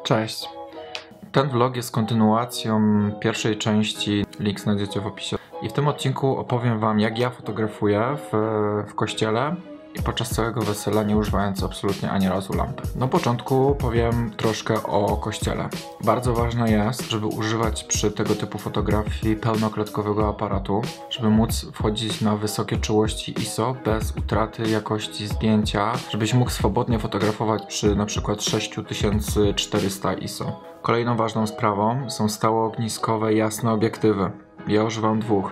Cześć! Ten vlog jest kontynuacją pierwszej części, link znajdziecie w opisie. I w tym odcinku opowiem wam, jak ja fotografuję w kościele i podczas całego wesela, nie używając absolutnie ani razu lampy. Na początku powiem troszkę o kościele. Bardzo ważne jest, żeby używać przy tego typu fotografii pełnoklatkowego aparatu, żeby móc wchodzić na wysokie czułości ISO bez utraty jakości zdjęcia, żebyś mógł swobodnie fotografować przy na przykład 6400 ISO. Kolejną ważną sprawą są stałoogniskowe, jasne obiektywy. Ja używam dwóch,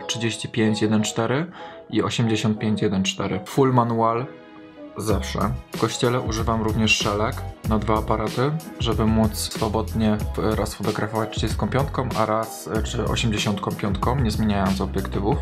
35-1.4 i 85-1.4. Full manual zawsze. W kościele używam również szelek na dwa aparaty, żeby móc swobodnie raz fotografować 35, a raz 85, nie zmieniając obiektywów.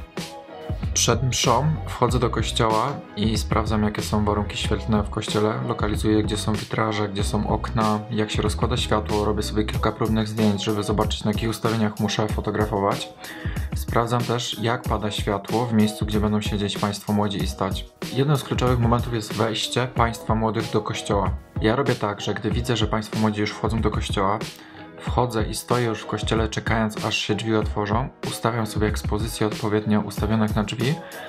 Przed mszą wchodzę do kościoła i sprawdzam, jakie są warunki świetlne w kościele. Lokalizuję, gdzie są witraże, gdzie są okna, jak się rozkłada światło. Robię sobie kilka próbnych zdjęć, żeby zobaczyć, na jakich ustawieniach muszę fotografować. Sprawdzam też, jak pada światło w miejscu, gdzie będą siedzieć państwo młodzi i stać. Jednym z kluczowych momentów jest wejście państwa młodych do kościoła. Ja robię tak, że gdy widzę, że państwo młodzi już wchodzą do kościoła, wchodzę i stoję już w kościele, czekając, aż się drzwi otworzą. Ustawiam sobie ekspozycje odpowiednio ustawionych na drzwi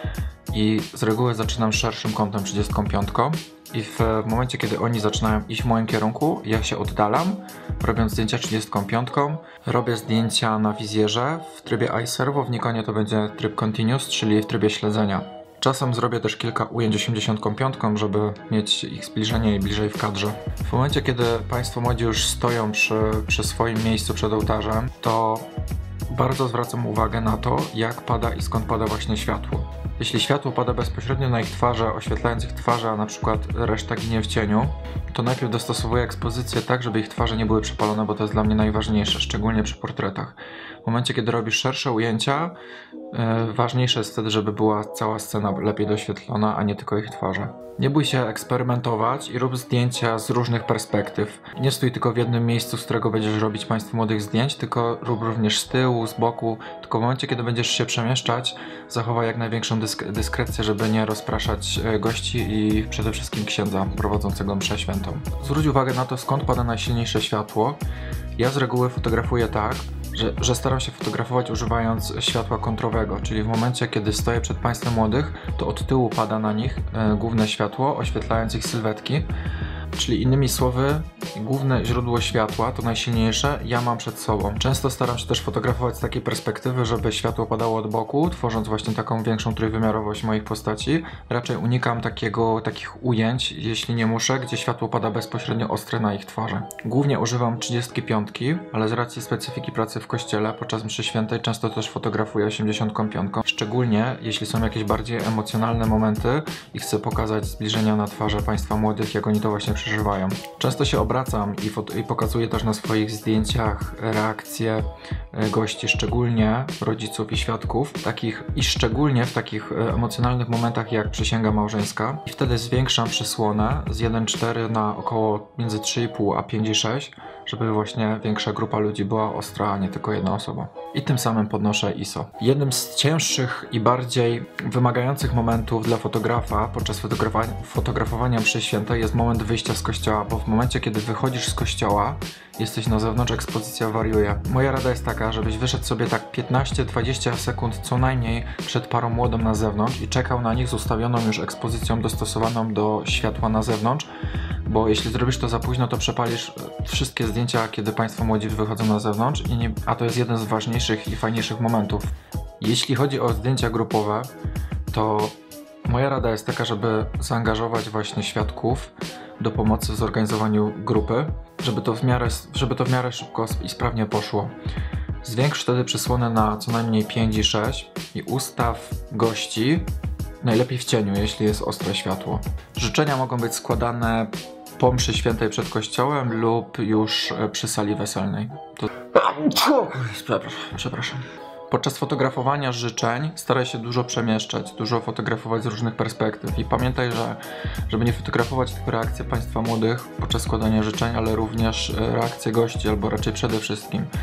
i z reguły zaczynam szerszym kątem 35 i w momencie, kiedy oni zaczynają iść w moim kierunku, ja się oddalam, robiąc zdjęcia 35, robię zdjęcia na wizjerze w trybie iServo, w Nikonie to będzie tryb Continuous, czyli w trybie śledzenia. Czasem zrobię też kilka ujęć 85, żeby mieć ich zbliżenie i bliżej w kadrze. W momencie, kiedy państwo młodzi już stoją przy swoim miejscu przed ołtarzem, to bardzo zwracam uwagę na to, jak pada i skąd pada właśnie światło. Jeśli światło pada bezpośrednio na ich twarze, oświetlając ich twarze, a na przykład reszta ginie w cieniu, to najpierw dostosowuję ekspozycję tak, żeby ich twarze nie były przepalone, bo to jest dla mnie najważniejsze, szczególnie przy portretach. W momencie, kiedy robisz szersze ujęcia, ważniejsze jest wtedy, żeby była cała scena lepiej doświetlona, a nie tylko ich twarze. Nie bój się eksperymentować i rób zdjęcia z różnych perspektyw. Nie stój tylko w jednym miejscu, z którego będziesz robić państwu młodych zdjęć, tylko rób również z tyłu, z boku. Tylko w momencie, kiedy będziesz się przemieszczać, zachowaj jak największą dyskrecję, żeby nie rozpraszać gości i przede wszystkim księdza prowadzącego mszę świętą. Zwróć uwagę na to, skąd pada najsilniejsze światło. Ja z reguły fotografuję tak, że staram się fotografować używając światła kontrowego, czyli w momencie, kiedy stoję przed państwem młodych, to od tyłu pada na nich główne światło, oświetlając ich sylwetki. Czyli innymi słowy, główne źródło światła, to najsilniejsze, ja mam przed sobą. Często staram się też fotografować z takiej perspektywy, żeby światło padało od boku, tworząc właśnie taką większą trójwymiarowość moich postaci. Raczej unikam takich ujęć, jeśli nie muszę, gdzie światło pada bezpośrednio ostre na ich twarze. Głównie używam 35, ale z racji specyfiki pracy w kościele podczas mszy świętej często też fotografuję 85. Szczególnie jeśli są jakieś bardziej emocjonalne momenty i chcę pokazać zbliżenia na twarze państwa młodych, jak oni to właśnie przeżywają. Często się obracam i pokazuję też na swoich zdjęciach reakcje gości, szczególnie rodziców i świadków, szczególnie w takich emocjonalnych momentach jak przysięga małżeńska. I wtedy zwiększam przysłonę z 1.4 na około między 3,5 a 5,6, żeby właśnie większa grupa ludzi była ostra, a nie tylko jedna osoba. I tym samym podnoszę ISO. Jednym z cięższych i bardziej wymagających momentów dla fotografa podczas fotografowania mszy świętej jest moment wyjścia z kościoła, bo w momencie, kiedy wychodzisz z kościoła, jesteś na zewnątrz, ekspozycja wariuje. Moja rada jest taka, żebyś wyszedł sobie tak 15-20 sekund co najmniej przed parą młodą na zewnątrz i czekał na nich z ustawioną już ekspozycją dostosowaną do światła na zewnątrz, bo jeśli zrobisz to za późno, to przepalisz wszystkie zdjęcia, kiedy państwo młodzi wychodzą na zewnątrz, a to jest jeden z ważniejszych i fajniejszych momentów. Jeśli chodzi o zdjęcia grupowe, to moja rada jest taka, żeby zaangażować właśnie świadków do pomocy w zorganizowaniu grupy, żeby to w miarę szybko i sprawnie poszło. Zwiększ wtedy przysłonę na co najmniej 5 i 6 i ustaw gości najlepiej w cieniu, jeśli jest ostre światło. Życzenia mogą być składane po mszy świętej przed kościołem lub już przy sali weselnej. Przepraszam. Podczas fotografowania życzeń staraj się dużo przemieszczać, dużo fotografować z różnych perspektyw i pamiętaj, żeby nie fotografować tylko reakcji państwa młodych podczas składania życzeń, ale również reakcje gości, albo raczej przede wszystkim.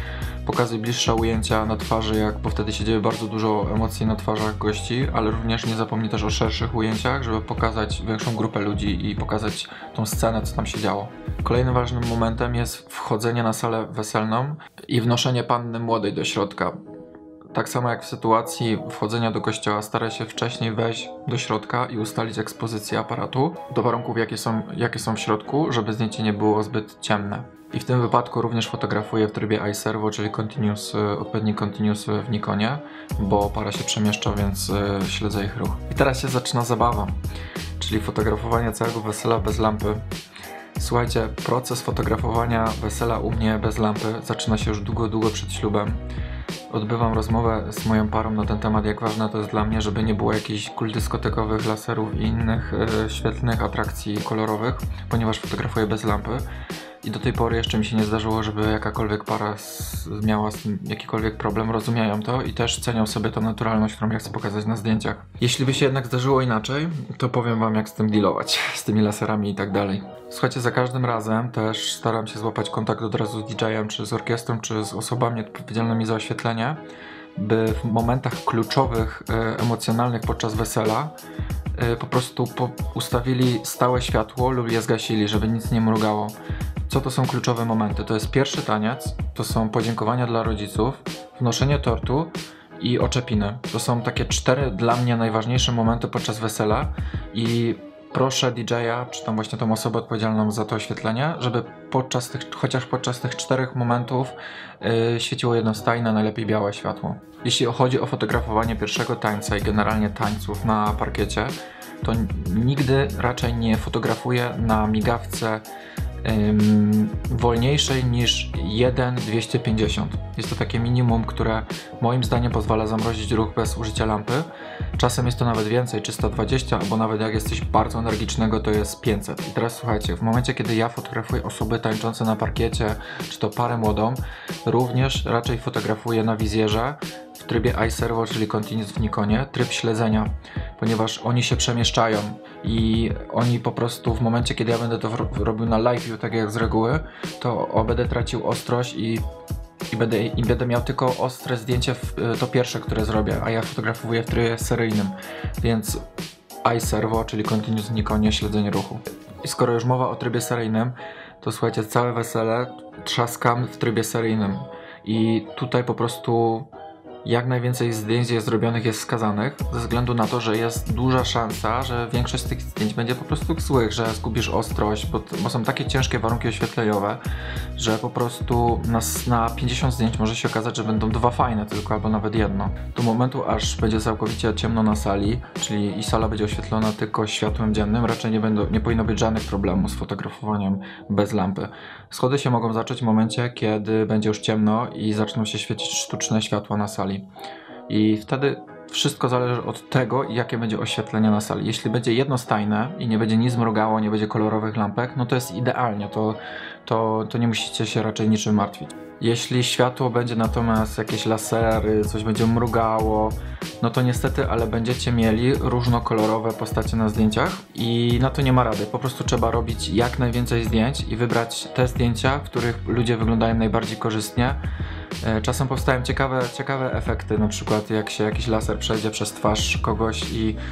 Pokazuj bliższe ujęcia na twarzy, bo wtedy się dzieje bardzo dużo emocji na twarzach gości, ale również nie zapomnij też o szerszych ujęciach, żeby pokazać większą grupę ludzi i pokazać tą scenę, co tam się działo. Kolejnym ważnym momentem jest wchodzenie na salę weselną i wnoszenie panny młodej do środka. Tak samo jak w sytuacji wchodzenia do kościoła, staraj się wcześniej wejść do środka i ustalić ekspozycję aparatu do warunków, jakie są w środku, żeby zdjęcie nie było zbyt ciemne. I w tym wypadku również fotografuję w trybie iServo, czyli odpowiedni continuous w Nikonie, bo para się przemieszcza, więc śledzę ich ruch. I teraz się zaczyna zabawa, czyli fotografowanie całego wesela bez lampy. Słuchajcie, proces fotografowania wesela u mnie bez lampy zaczyna się już długo przed ślubem. Odbywam rozmowę z moją parą na ten temat, jak ważne to jest dla mnie, żeby nie było jakichś kul dyskotekowych, laserów i innych świetlnych atrakcji kolorowych, ponieważ fotografuję bez lampy. I do tej pory jeszcze mi się nie zdarzyło, żeby jakakolwiek para miała z tym jakikolwiek problem, rozumieją to i też cenią sobie tą naturalność, którą ja chcę pokazać na zdjęciach. Jeśli by się jednak zdarzyło inaczej, to powiem wam, jak z tym dealować, z tymi laserami i tak dalej. Słuchajcie, za każdym razem też staram się złapać kontakt od razu z DJ-em, czy z orkiestrą, czy z osobami odpowiedzialnymi za oświetlenie, by w momentach kluczowych, emocjonalnych podczas wesela po prostu ustawili stałe światło lub je zgasili, żeby nic nie mrugało. Co to są kluczowe momenty? To jest pierwszy taniec, to są podziękowania dla rodziców, wnoszenie tortu i oczepiny. To są takie 4 dla mnie najważniejsze momenty podczas wesela i proszę DJ-a, czy tam właśnie tą osobę odpowiedzialną za to oświetlenie, żeby chociaż podczas tych 4 momentów świeciło jednostajne, najlepiej białe światło. Jeśli chodzi o fotografowanie pierwszego tańca i generalnie tańców na parkiecie, to nigdy raczej nie fotografuję na migawce wolniejszej niż 1:250. Jest to takie minimum, które moim zdaniem pozwala zamrozić ruch bez użycia lampy. Czasem jest to nawet więcej, 320, albo nawet jak jest coś bardzo energicznego, to jest 500. I teraz słuchajcie, w momencie, kiedy ja fotografuję osoby tańczące na parkiecie, czy to parę młodą, również raczej fotografuję na wizjerze w trybie iServo, czyli Continuous w Nikonie, tryb śledzenia, ponieważ oni się przemieszczają i oni po prostu w momencie, kiedy ja będę to robił na live, tak jak z reguły, to będę tracił ostrość i będę miał tylko ostre zdjęcie, to pierwsze, które zrobię, a ja fotografuję w trybie seryjnym, więc iServo, czyli Continuous w Nikonie, śledzenie ruchu. I skoro już mowa o trybie seryjnym, to słuchajcie, całe wesele trzaskam w trybie seryjnym i tutaj po prostu jak najwięcej zdjęć zrobionych jest wskazanych, ze względu na to, że jest duża szansa, że większość z tych zdjęć będzie po prostu złych, że zgubisz ostrość, bo są takie ciężkie warunki oświetleniowe, że po prostu na 50 zdjęć może się okazać, że będą 2 fajne tylko, albo nawet jedno. Do momentu, aż będzie całkowicie ciemno na sali, czyli i sala będzie oświetlona tylko światłem dziennym, raczej nie powinno być żadnych problemów z fotografowaniem bez lampy. Schody się mogą zacząć w momencie, kiedy będzie już ciemno i zaczną się świecić sztuczne światła na sali. I wtedy wszystko zależy od tego, jakie będzie oświetlenie na sali. Jeśli będzie jednostajne i nie będzie nic mrugało, nie będzie kolorowych lampek, no to jest idealnie, to nie musicie się raczej niczym martwić. Jeśli światło będzie natomiast jakieś lasery, coś będzie mrugało, no to niestety, ale będziecie mieli różnokolorowe postacie na zdjęciach i na to nie ma rady. Po prostu trzeba robić jak najwięcej zdjęć i wybrać te zdjęcia, w których ludzie wyglądają najbardziej korzystnie. Czasem powstają ciekawe efekty, na przykład jak się jakiś laser przejdzie przez twarz kogoś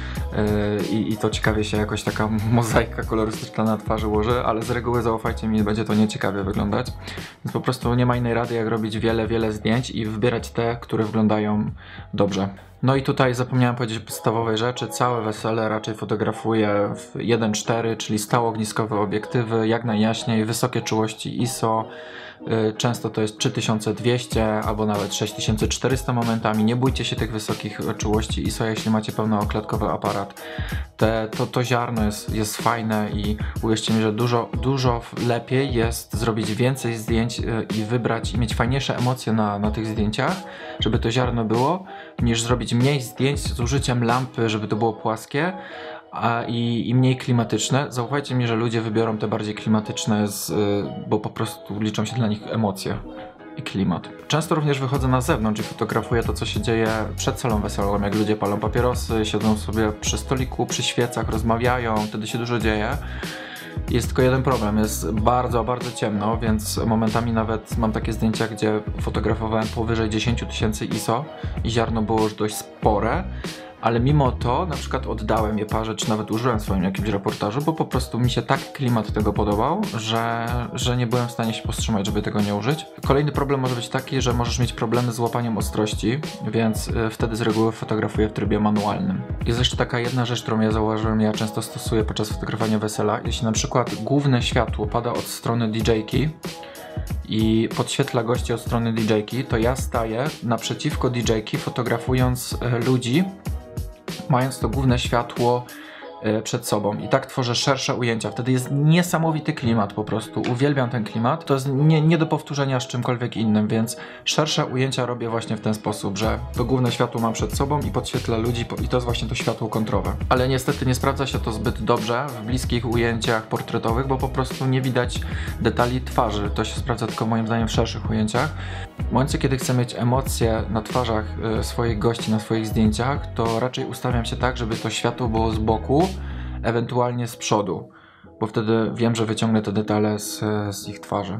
i to ciekawie się jakoś taka mozaika kolorystyczna na twarzy ułoży, ale z reguły zaufajcie mi, będzie to nieciekawie wyglądać. Więc po prostu nie ma innej rady, jak robić wiele zdjęć i wybierać te, które wyglądają dobrze. No i tutaj zapomniałem powiedzieć o podstawowej rzeczy. Całe wesele raczej fotografuję w 1.4, czyli stałoogniskowe obiektywy, jak najjaśniej, wysokie czułości ISO. Często to jest 3200 albo nawet 6400 momentami. Nie bójcie się tych wysokich czułości ISO, jeśli macie pełnookładkowy aparat. To ziarno jest fajne i uwierzcie mi, że dużo lepiej jest zrobić więcej zdjęć i wybrać i mieć fajniejsze emocje na tych zdjęciach, żeby to ziarno było, niż zrobić mniej zdjęć z użyciem lampy, żeby to było płaskie i mniej klimatyczne. Zaufajcie mi, że ludzie wybiorą te bardziej klimatyczne, bo po prostu liczą się dla nich emocje i klimat. Często również wychodzę na zewnątrz i fotografuję to, co się dzieje przed salą weselną, jak ludzie palą papierosy, siedzą sobie przy stoliku, przy świecach, rozmawiają, wtedy się dużo dzieje. Jest tylko jeden problem, jest bardzo, bardzo ciemno, więc momentami nawet mam takie zdjęcia, gdzie fotografowałem powyżej 10 000 ISO i ziarno było już dość spore, ale mimo to na przykład oddałem je parze, czy nawet użyłem w swoim jakimś reportażu, bo po prostu mi się tak klimat tego podobał, że nie byłem w stanie się powstrzymać, żeby tego nie użyć. Kolejny problem może być taki, że możesz mieć problemy z łapaniem ostrości, więc wtedy z reguły fotografuję w trybie manualnym. Jest jeszcze taka jedna rzecz, którą ja zauważyłem, ja często stosuję podczas fotografowania wesela. Jeśli na przykład główne światło pada od strony DJ-ki i podświetla gości od strony DJ-ki, to ja staję naprzeciwko DJ-ki, fotografując ludzi, mając to główne światło przed sobą i tak tworzę szersze ujęcia. Wtedy jest niesamowity klimat po prostu. Uwielbiam ten klimat. To jest nie do powtórzenia z czymkolwiek innym, więc szersze ujęcia robię właśnie w ten sposób, że to główne światło mam przed sobą i podświetla ludzi i to jest właśnie to światło kontrowe. Ale niestety nie sprawdza się to zbyt dobrze w bliskich ujęciach portretowych, bo po prostu nie widać detali twarzy. To się sprawdza tylko moim zdaniem w szerszych ujęciach. W momencie, kiedy chcę mieć emocje na twarzach swoich gości, na swoich zdjęciach, to raczej ustawiam się tak, żeby to światło było z boku, ewentualnie z przodu, bo wtedy wiem, że wyciągnę te detale z ich twarzy.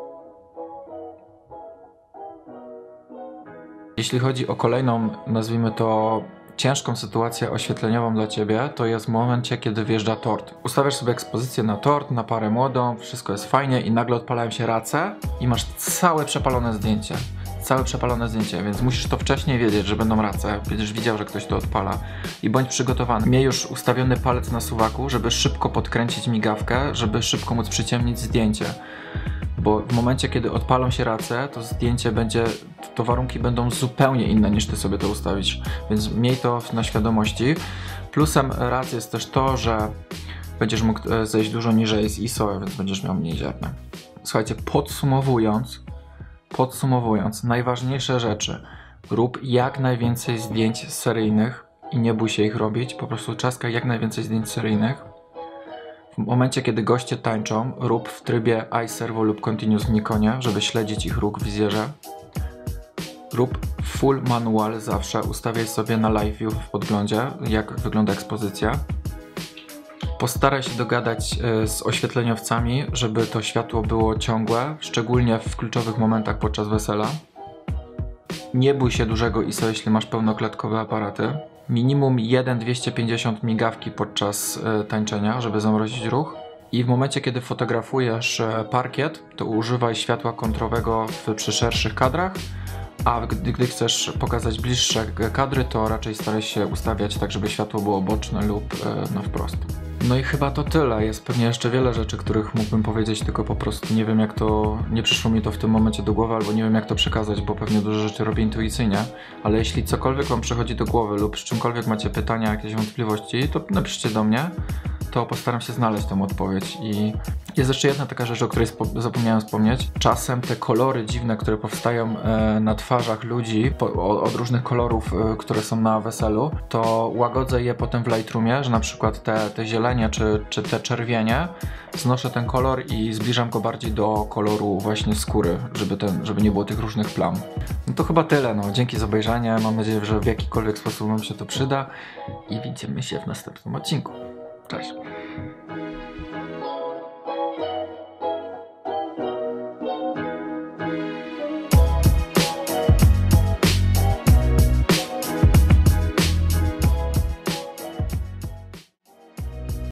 Jeśli chodzi o kolejną, nazwijmy to ciężką sytuację oświetleniową dla Ciebie, to jest w momencie, kiedy wjeżdża tort. Ustawiasz sobie ekspozycję na tort, na parę młodą, wszystko jest fajnie i nagle odpalają się race i masz całe przepalone zdjęcie. Całe przepalone zdjęcie, więc musisz to wcześniej wiedzieć, że będą race, będziesz widział, że ktoś to odpala i bądź przygotowany. Miej już ustawiony palec na suwaku, żeby szybko podkręcić migawkę, żeby szybko móc przyciemnić zdjęcie. Bo w momencie, kiedy odpalą się race, to zdjęcie będzie, to warunki będą zupełnie inne niż Ty sobie to ustawisz, więc miej to na świadomości. Plusem rac jest też to, że będziesz mógł zejść dużo niżej z ISO, więc będziesz miał mniej ziarna. Słuchajcie, podsumowując, najważniejsze rzeczy. Rób jak najwięcej zdjęć seryjnych i nie bój się ich robić, po prostu czaskaj jak najwięcej zdjęć seryjnych. W momencie, kiedy goście tańczą, rób w trybie iServo lub Continuous w Nikonie, żeby śledzić ich ruch w wizjerze. Rób full manual zawsze, ustawiaj sobie na live view w podglądzie, jak wygląda ekspozycja. Postaraj się dogadać z oświetleniowcami, żeby to światło było ciągłe, szczególnie w kluczowych momentach podczas wesela. Nie bój się dużego ISO, jeśli masz pełnoklatkowe aparaty. Minimum 1,250 migawki podczas tańczenia, żeby zamrozić ruch. I w momencie, kiedy fotografujesz parkiet, to używaj światła kontrowego przy szerszych kadrach, a gdy chcesz pokazać bliższe kadry, to raczej staraj się ustawiać tak, żeby światło było boczne lub na wprost. No i chyba to tyle. Jest pewnie jeszcze wiele rzeczy, których mógłbym powiedzieć, tylko po prostu nie wiem, jak to, nie przyszło mi to w tym momencie do głowy, albo nie wiem, jak to przekazać, bo pewnie dużo rzeczy robię intuicyjnie, ale jeśli cokolwiek Wam przychodzi do głowy lub z czymkolwiek macie pytania, jakieś wątpliwości, to napiszcie do mnie, to postaram się znaleźć tą odpowiedź. I jest jeszcze jedna taka rzecz, o której zapomniałem wspomnieć. Czasem te kolory dziwne, które powstają na twarzach ludzi od różnych kolorów, które są na weselu, to łagodzę je potem w Lightroomie, że na przykład te zielenie czy te czerwienie, znoszę ten kolor i zbliżam go bardziej do koloru właśnie skóry, żeby nie było tych różnych plam. No to chyba tyle. No. Dzięki za obejrzenie. Mam nadzieję, że w jakikolwiek sposób Wam się to przyda i widzimy się w następnym odcinku. Cześć!